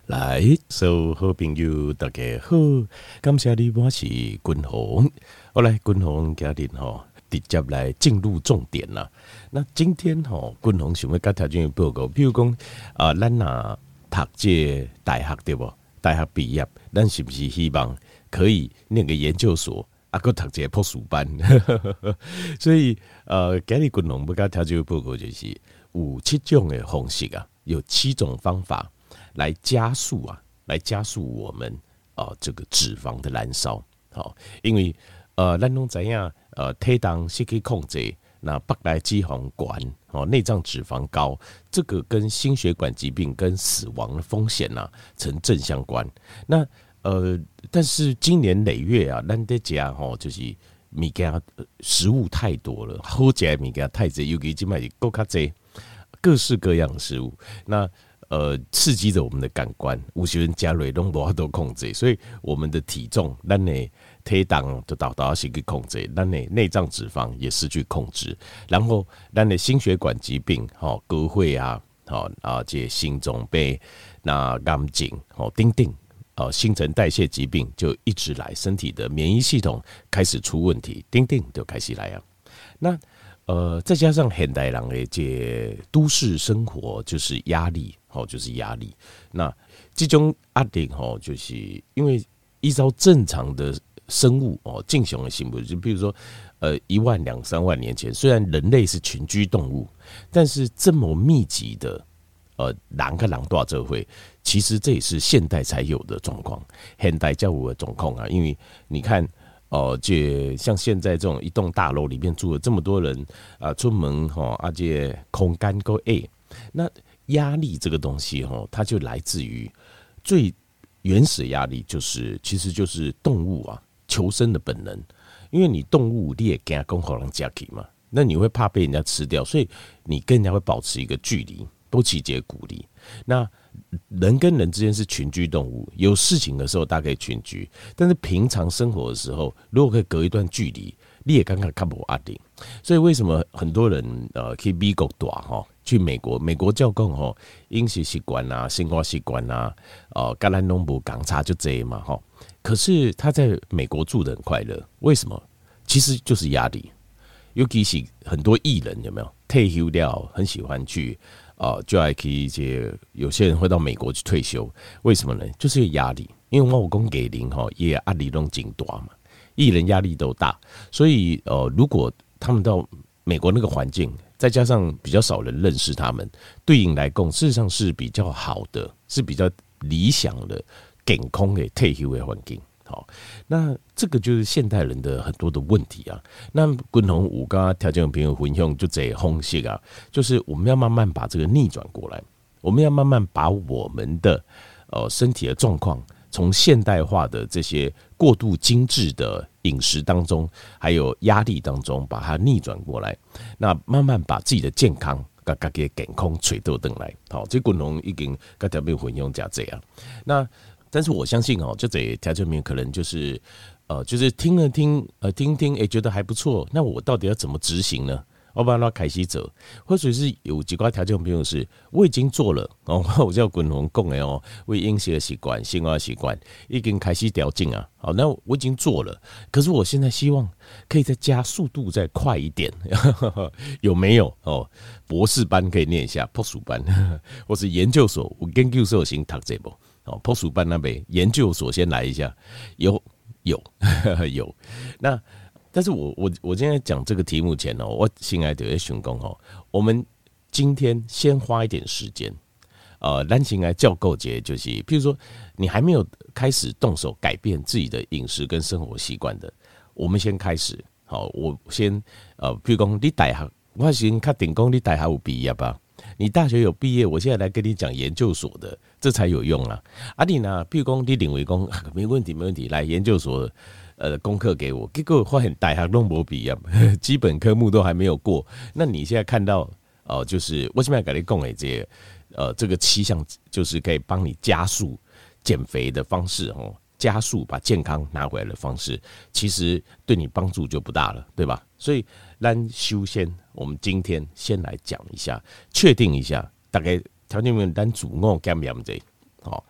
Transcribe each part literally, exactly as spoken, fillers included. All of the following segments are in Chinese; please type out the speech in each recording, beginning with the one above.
来，所有好朋友大家好，感谢你，我是君鸿。我来君鸿今日吼，直接来进入重点啦。那今天吼，君鸿想要跟条件报告，比如讲啊，咱若读这大学对不？大学毕业，咱是不是希望可以念个研究所？啊，搁读一个博士班？所以呃，今日君鸿要跟条件报告就是有七种的方式啊，有七种方法。来加速啊，来加速我们啊、呃、这个脂肪的燃烧，好，因为呃，咱拢知影呃，体重是可以控制，那北来脂肪高，哦，内脏脂肪高，这个跟心血管疾病跟死亡的风险呐、啊、成正相关。那呃，但是今年累月啊，咱在家吼就是物件食物太多了，好食的物件太多，尤其今麦是够较多，各式各样的食物，那。呃，刺激着我们的感官，有时候加瑞都无法度控制，所以我们的体重，咱的体重就达到是去控制，咱的内脏脂肪也失去控制，然后咱的心血管疾病，吼，高血压，吼啊，这心脏病，那癌症，吼，等等，呃，新陈代谢疾病就一直来，身体的免疫系统开始出问题，等等就开始来啊，那。呃，再加上现代人的这都市生活就是压力，吼，就是压力。那这种压力，吼，就是因为依照正常的生物哦进行的行为，就比如说，呃，一万两三万年前，虽然人类是群居动物，但是这么密集的，呃，人跟人大社会，其实这也是现代才有的状况，现代才有的状况啊。因为你看。哦，这像现在这种一栋大楼里面住了这么多人啊，出门哈，而且空间够 A， 那压力这个东西哈，它就来自于最原始的压力，就是其实就是动物啊求生的本能，因为你动物你也惊讲互人夹起嘛，那你会怕被人家吃掉，所以你跟人家会保持一个距离，多起节鼓励。那人跟人之间是群居动物，有事情的时候大家可以群居，但是平常生活的时候，如果可以隔一段距离，你也刚刚看不压力。所以为什么很多人呃去美国住哈，去美国，美国教讲哈，饮食习惯啊、生活习惯啊，呃，跟咱拢无港差就这样嘛哈。可是他在美国住得很快乐，为什么？其实就是压力，尤其是很多艺人有没有退休掉，很喜欢去。啊、呃，就爱去一些有些人会到美国去退休，为什么呢？就是有压力，因为我讲给零哈，也压力都挺大嘛，艺人压力都大，所以呃，如果他们到美国那个环境，再加上比较少人认识他们，对应来讲，事实上是比较好的，是比较理想的健康的退休的环境。好，那这个就是现代人的很多的问题啊。那君鸿有跟条件朋友分享就这方式啊，就是我们要慢慢把这个逆转过来，我们要慢慢把我们的呃身体的状况，从现代化的这些过度精致的饮食当中，还有压力当中，把它逆转过来。那慢慢把自己的健康跟自己的健康找到回来。好，这君鸿已经跟条件分享这样。那但是我相信哦，这这条件面可能就是，呃，就是听了听，呃，听听，哎、欸，觉得还不错。那我到底要怎么执行呢？我把它开始走，或者是有几个条件朋友是，我已经做了哦，我叫滚红讲的哦，为饮食的习惯、生活习惯已经开始调整啊。好，那我已经做了，可是我现在希望可以再加速度再快一点，有没有哦？博士班可以念一下，博士班或是研究所，我研究所先读这部。哦，博士班那边研究所先来一下，有有有。那但是我我我今天讲这个题目前哦，我亲爱的在想讲哦，我们今天先花一点时间，呃，咱先来教构节，就是，譬如说你还没有开始动手改变自己的饮食跟生活习惯的，我们先开始。好，我先呃，譬如讲你大学，我先确定讲你大学有毕业吧。你大学有毕业，我现在来跟你讲研究所的，这才有用啊！啊你呢？譬如讲你认为讲没问题，没问题，来研究所呃功课给我，结果发现大学都没毕业，基本科目都还没有过。那你现在看到哦、呃，就是我现在跟你讲的这呃这个七项，就是可以帮你加速减肥的方式哦，加速把健康拿回来的方式，其实对你帮助就不大了，对吧？所以咱首先，我们今天先来讲一下，确定一下，大概条件面咱主我减盐这，好，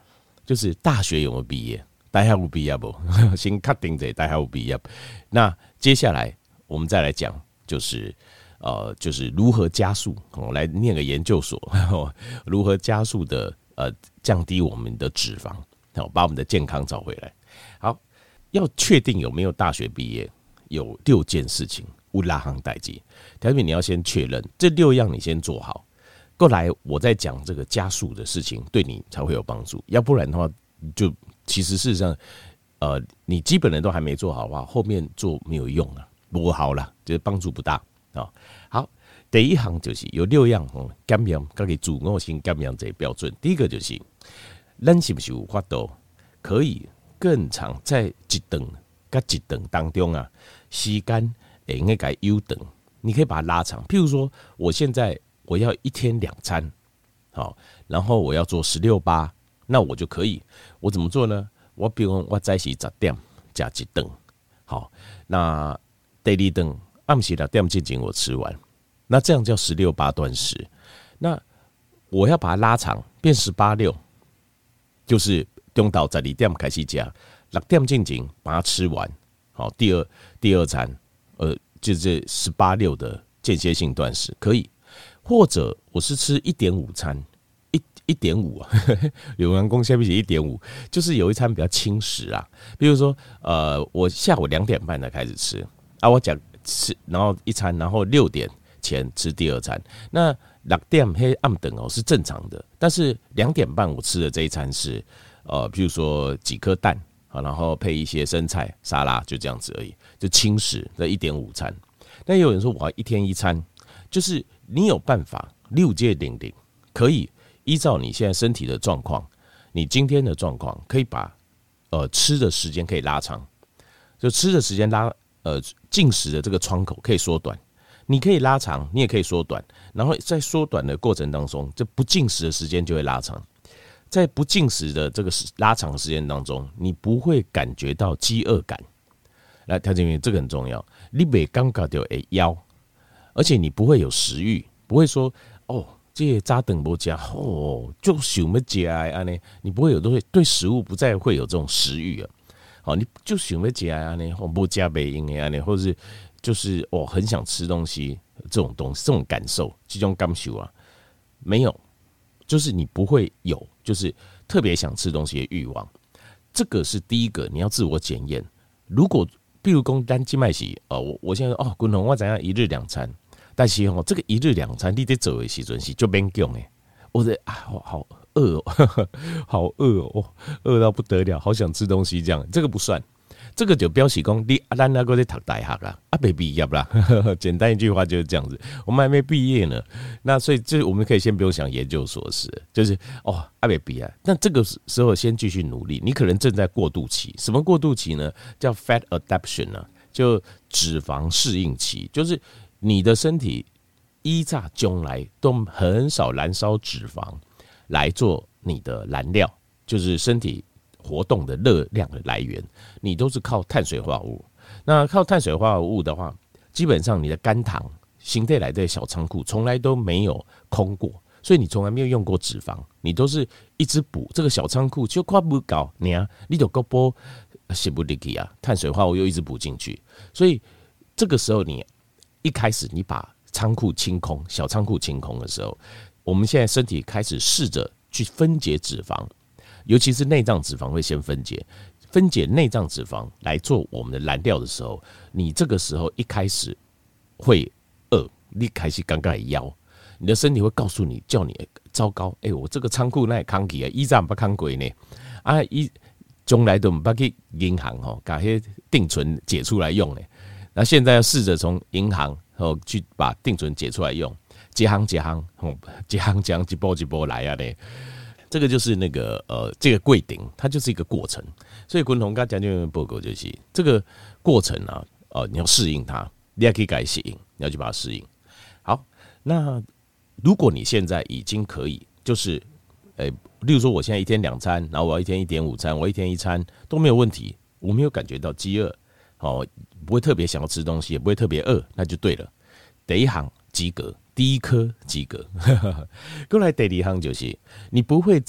就是大学有没有毕业，大学有毕业不？先确定这大学有毕业。那接下来我们再来讲，就是呃，就是如何加速，我来念个研究所，如何加速的呃降低我们的脂肪，把我们的健康找回来。好，要确定有没有大学毕业，有六件事情，有六项代志。条件你要先确认，这六样你先做好。过来，我再讲这个加速的事情，对你才会有帮助。要不然的话，就其实事实上，呃，你基本的都还没做好的话，后面做没有用啊，不好了，就是帮助不大啊。好，第一行就是有六样哦，减量，自己主我性减量这个标准。第一个就是，咱是不是有法度可以更长在一顿跟一顿当中啊，时间会应该优等，你可以把它拉长。譬如说，我现在我要一天两餐，好，然后我要做十六八，那我就可以。我怎么做呢？我比如我早起十点加一顿，好，那第二顿暗时六点之前我吃完，那这样叫十六八断食。那我要把它拉长，变十八六，就是中到十二点开始加，六点之前把它吃完，好，第二第二餐，呃，就是十八六的间歇性断食可以。或者我是吃一点五餐，一一点五啊，有人讲下面写一点五，就是有一餐比较轻食啊。比如说，呃，我下午两点半才开始吃啊，我讲吃，然后一餐，然后六点前吃第二餐。那六点黑暗等哦是正常的，但是两点半我吃的这一餐是，呃，比如说几颗蛋啊，然后配一些生菜沙拉，就这样子而已，就轻食的一点五餐。但也有人说我要一天一餐，就是你有办法六戒零零，可以依照你现在身体的状况，你今天的状况，可以把呃吃的时间可以拉长，就吃的时间拉呃进食的这个窗口可以缩短，你可以拉长，你也可以缩短，然后在缩短的过程当中，这不进食的时间就会拉长，在不进食的这个拉长的时间当中，你不会感觉到饥饿感。来，条件员这个很重要，你别感觉到会枵。而且你不会有食欲，不会说哦，这个早顿没吃哦，就想要吃安尼，你不会有对对食物不再会有这种食欲啊。好，你就想要吃安尼，哦，不加没用的安尼，或者是就是哦很想吃东西这种东西，这种感受，这种感受啊，没有，就是你不会有，就是特别想吃东西的欲望。这个是第一个，你要自我检验。如果比如讲，咱今麦是哦，我我现在哦，滚红我怎样一日两餐，但是哦，这个一日两餐你在做的时阵是就免讲诶，我的啊，好好饿哦，呵呵好饿哦，饿到不得了，好想吃东西这样，这个不算，这个就表示讲你啊，咱那个在读大学啦，啊没毕业啦，呵呵简单一句话就是这样子，我们还没毕业呢，那所以这我们可以先不用想研究所的事，就是哦啊没毕业，那这个时候先继续努力，你可能正在过渡期，什么过渡期呢？叫 fat adaptation 呢、啊，就脂肪适应期，就是你的身体依照将来都很少燃烧脂肪来做你的燃料，就是身体活动的热量的来源，你都是靠碳水化合物。那靠碳水化合物的话，基本上你的肝糖形态来的小仓库从来都没有空过，所以你从来没有用过脂肪，你都是一直补这个小仓库，就快不搞你啊，你就够补吸不进去啊，碳水化合物又一直补进去，所以这个时候你一开始你把仓库清空，小仓库清空的时候，我们现在身体开始试着去分解脂肪。尤其是内脏脂肪会先分解，分解内脏脂肪来做我们的燃料的时候，你这个时候一开始会饿，你开始尴尬腰，你的身体会告诉你，叫你糟糕，哎、欸，我这个仓库那也空起啊，依然不空过呢，啊，一将来都不去银行吼，把些定存解出来用呢，那现在要试着从银行哦去把定存解出来用，一行一行，哦，一行一行一步一步来啊呢。这个就是那个呃，这个柜顶，它就是一个过程。所以滚筒刚讲就报告就是这个过程啊，呃，你要适应它，你也可以改适应，你要去把它适应。好，那如果你现在已经可以，就是，呃、欸，例如说我现在一天两餐，然后我要一天一点五餐，我一天一餐都没有问题，我没有感觉到饥饿，哦，不会特别想要吃东西，也不会特别饿，那就对了。第一行及格。第一科及格，过来第二行就是你不会在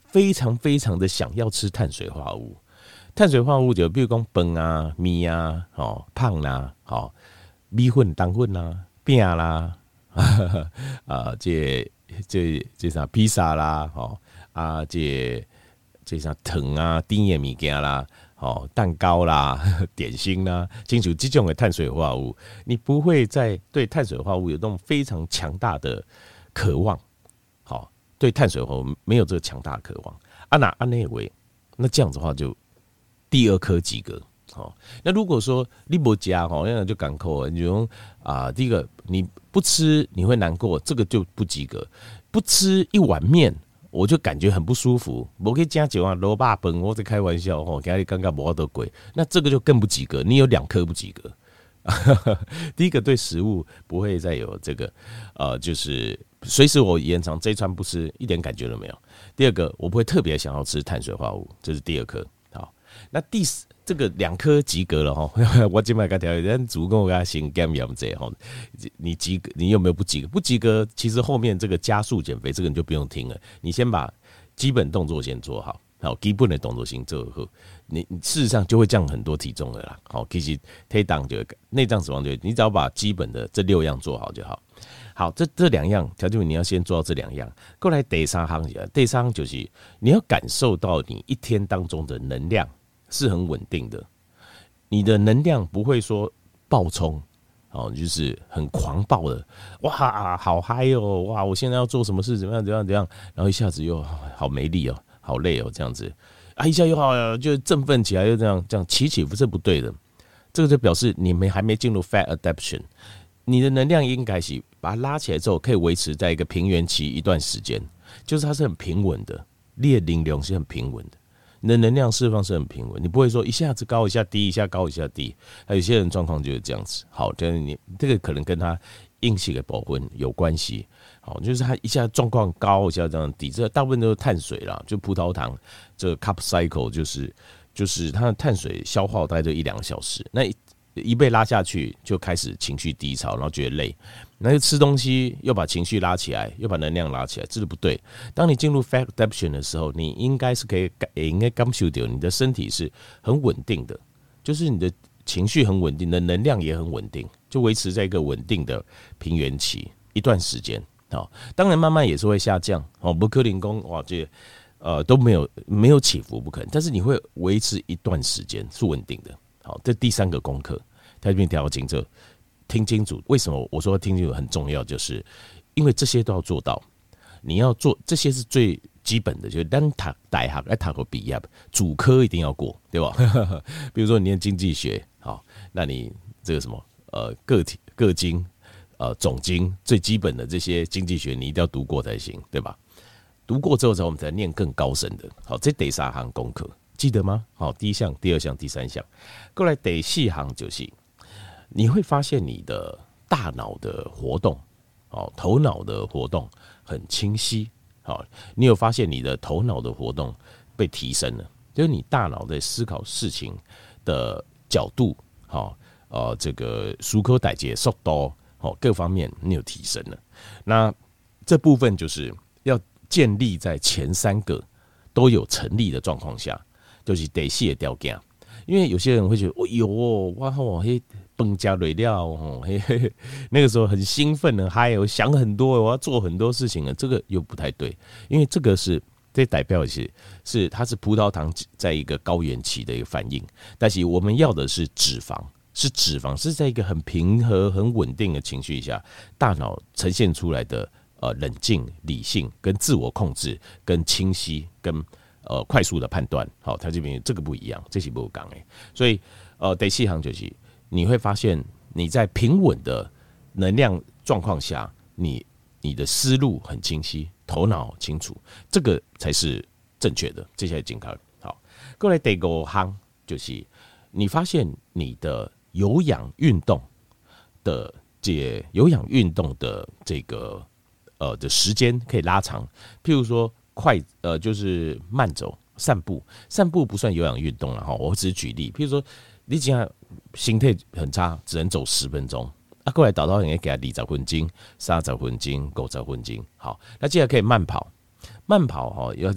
非常非常的想要吃碳水化合物。碳水化合物就比如讲饭啊、面啊、哦胖啦、哦米粉、冬粉啦、饼啦，啊这这这啥披萨啦，哦啊这这啥糖啊、甜的物件啦。哦，蛋糕啦、点心啦，清楚这种的碳水化合物，你不会在对碳水化合物有那种非常强大的渴望。好、哦，对碳水化合物没有这个强大的渴望。啊那啊那位，那这样子的话就第二科及格。好、哦，那如果说你不加哦，那就赶扣了。你用啊，第一个你不吃你会难过，这个就不及格。不吃一碗面。我就感觉很不舒服，我可以加九啊萝卜本，我在开玩笑哦，给你刚刚不得鬼，那这个就更不及格，你有两科不及格。第一个对食物不会再有这个，呃，就是随时我延长这一餐不吃，一点感觉都没有。第二个，我不会特别想要吃碳水化合物，这是第二科。好，那第四这个两科及格了哈，我今麦个条件足够给他行 game 养这哈，你及格，你有没有不及格？不及格，其实后面这个加速减肥这个你就不用听了，你先把基本动作先做好，好基本的动作先做好，你你事实上就会降很多体重的啦。好，其实推挡就内脏脂肪就，你只要把基本的这六样做好就好。好，这这两样条件你要先做到这两样，过来第三行，第三行就是你要感受到你一天当中的能量是很稳定的，你的能量不会说爆冲，哦，就是很狂暴的，哇，好嗨哦，哇，我现在要做什么事，怎么样，怎么样，怎么样，然后一下子又好没力哦，好累哦，这样子啊，一下又好，就振奋起来，又这样这样起起伏是不对的，这个就表示你们还没进入 fat adaptation。你的能量应该是把它拉起来之后，可以维持在一个平原期一段时间，就是它是很平稳的，你的能量是很平稳的，你的能量释放是很平稳，你不会说一下子高一下低，一下高一下低。还有有些人状况就是这样子。好，就是你这个可能跟他应气的保温有关系。好，就是他一下状况高，一下这样低，这大部分都是碳水啦，就葡萄糖这个 cup cycle 就是就是它的碳水消耗大概就一两个小时，那一被拉下去就开始情绪低潮，然后觉得累，那就吃东西又把情绪拉起来，又把能量拉起来，这是不对。当你进入 fat adaptation 的时候，你应该是可以，也应该感受到你的身体是很稳定的，就是你的情绪很稳定，的能量也很稳定，就维持在一个稳定的平原期一段时间。好，当然慢慢也是会下降，哦，不可能说哇这呃都没有没有起伏不可能，但是你会维持一段时间是稳定的。好，这第三个功课，它这边调整这听清楚。为什么我说听清楚很重要？就是因为这些都要做到，你要做这些是最基本的，就是咱读大学来读个毕业，主科一定要过，对吧？比如说你念经济学，好，那你这个什么呃个体个经呃总经最基本的这些经济学，你一定要读过才行，对吧？读过之后，我们才念更高深的。好，这第三行功课。记得吗？好，第一项、第二项、第三项，过来第四项就是你会发现你的大脑的活动，哦，头脑的活动很清晰。好，你有发现你的头脑的活动被提升了，就是你大脑在思考事情的角度，好，呃，这个思考代志速度，好，各方面你有提升了。那这部分就是要建立在前三个都有成立的状况下。就是第四个条件，因为有些人会觉得，哦哟，哇吼，嘿，饭吃累了，哦，嘿嘿，那个时候很兴奋很嗨，我想很多，我要做很多事情了，这个又不太对，因为这个是这代表是是它是葡萄糖在一个高原期的一个反应，但是我们要的是脂肪，是脂肪是在一个很平和、很稳定的情绪下，大脑呈现出来的呃冷静、理性、跟自我控制、跟清晰、跟呃，快速的判断，好，它这边这个不一样，这是不讲诶。所以，呃，第四行就是你会发现你在平稳的能量状况下，你你的思路很清晰，头脑清楚，这个才是正确的，这些健康。好，过来第五行就是你发现你的有氧运动的这有氧运动的这个呃的时间可以拉长，譬如说。快呃，就是慢走、散步，散步不算有氧运动了哈。我只是举例，譬如说，你今天心态很差，只能走十分钟，啊，过来导导你给他二十分钟、三十分钟、五十分钟，好，那接下来可以慢跑，慢跑哈，要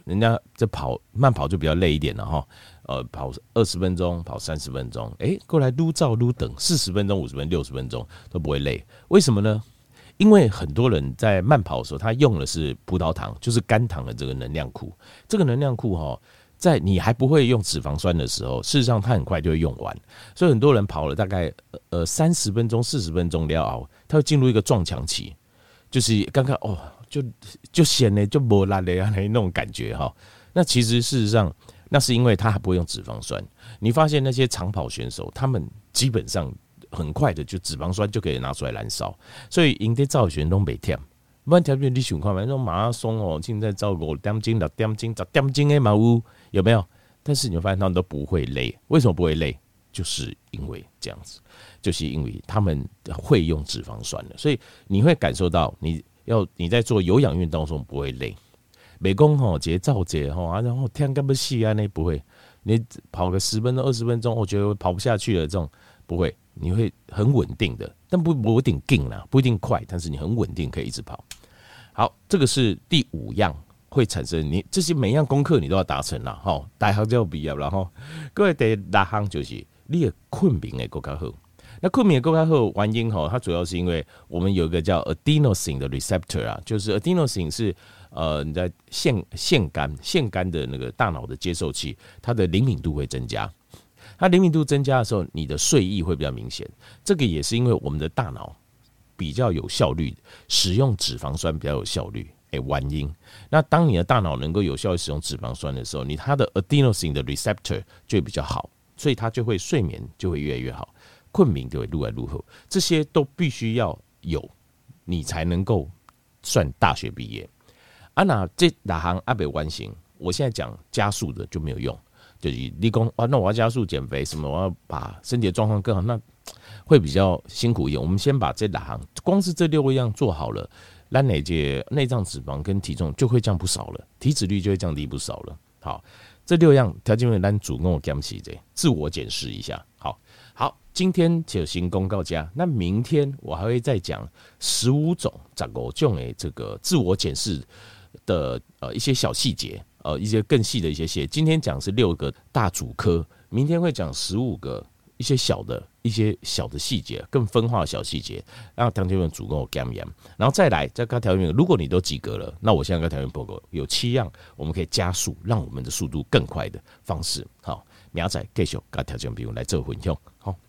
人家这跑慢跑就比较累一点了哈，呃，跑二十分钟，跑三十分钟，哎，过来撸照撸等四十分钟、五十分钟、六十分钟都不会累，为什么呢？因为很多人在慢跑的时候，他用的是葡萄糖，就是肝糖的这个能量库。这个能量库哈，在你还不会用脂肪酸的时候，事实上它很快就会用完。所以很多人跑了大概呃三十分钟、四十分钟了后，他会进入一个撞墙期，就是刚刚哦，就就显得就没力的那种感觉哈。那其实事实上，那是因为他还不会用脂肪酸。你发现那些长跑选手，他们基本上很快的就脂肪酸就可以拿出来燃烧，所以赢得造选都没忝。不然条件你想看嘛，那种马拉松哦，现在照五点钟、六点钟、十点钟的嘛有有没有？但是你会发现他们都不会累，为什么不会累？就是因为这样子，就是因为他们会用脂肪酸的，所以你会感受到你要你在做有氧运动中不会累。美工吼节照节吼啊，然后天干不细啊，那不会。你跑个十分钟、二十分钟，我觉得跑不下去了，这种不会，你会很稳定的，但不不一定劲啦，不一定快，但是你很稳定，可以一直跑。好，这个是第五样会产生你这些每样功课你都要达成啦，吼，大学就要毕业了吼。各位第六项就是你的困眠会更加好。那困眠更加好原因吼，它主要是因为我们有一个叫 adenosine 的 receptor 啊，就是 adenosine 是呃你在腺腺苷腺苷的那个大脑的接受器，它的灵敏度会增加。它灵敏度增加的时候，你的睡意会比较明显。这个也是因为我们的大脑比较有效率，使用脂肪酸比较有效率。诶，原因。那当你的大脑能够有效率使用脂肪酸的时候，你它的 adenosine 的 receptor 就会比较好，所以它就会睡眠就会越来越好。困眠就会愈来愈好，这些都必须要有，你才能够算大学毕业。啊，那这哪行阿北完成？我现在讲加速的就没有用，就是你讲啊，那我要加速减肥什么，我要把身体的状况更好，那会比较辛苦一点。我们先把这哪行，光是这六个样做好了，那哪些内脏脂肪跟体重就会降不少了，体脂率就会降低不少了。好，这六样条件为咱主跟我检视这，自我检视一下。好。好，今天就先公告家。那明天我还会再讲十五种、十五种的这个自我检视的呃一些小细节，呃一些更细的一些细。今天讲是六个大主科，明天会讲十五个一些小的一些小的细节，更分化的小细节，让条件员主跟我检验，然后再来再跟条件员，如果你都及格了，那我现在跟条件报告有七样我们可以加速，让我们的速度更快的方式。好。明仔继续跟条件朋友来做分享，好。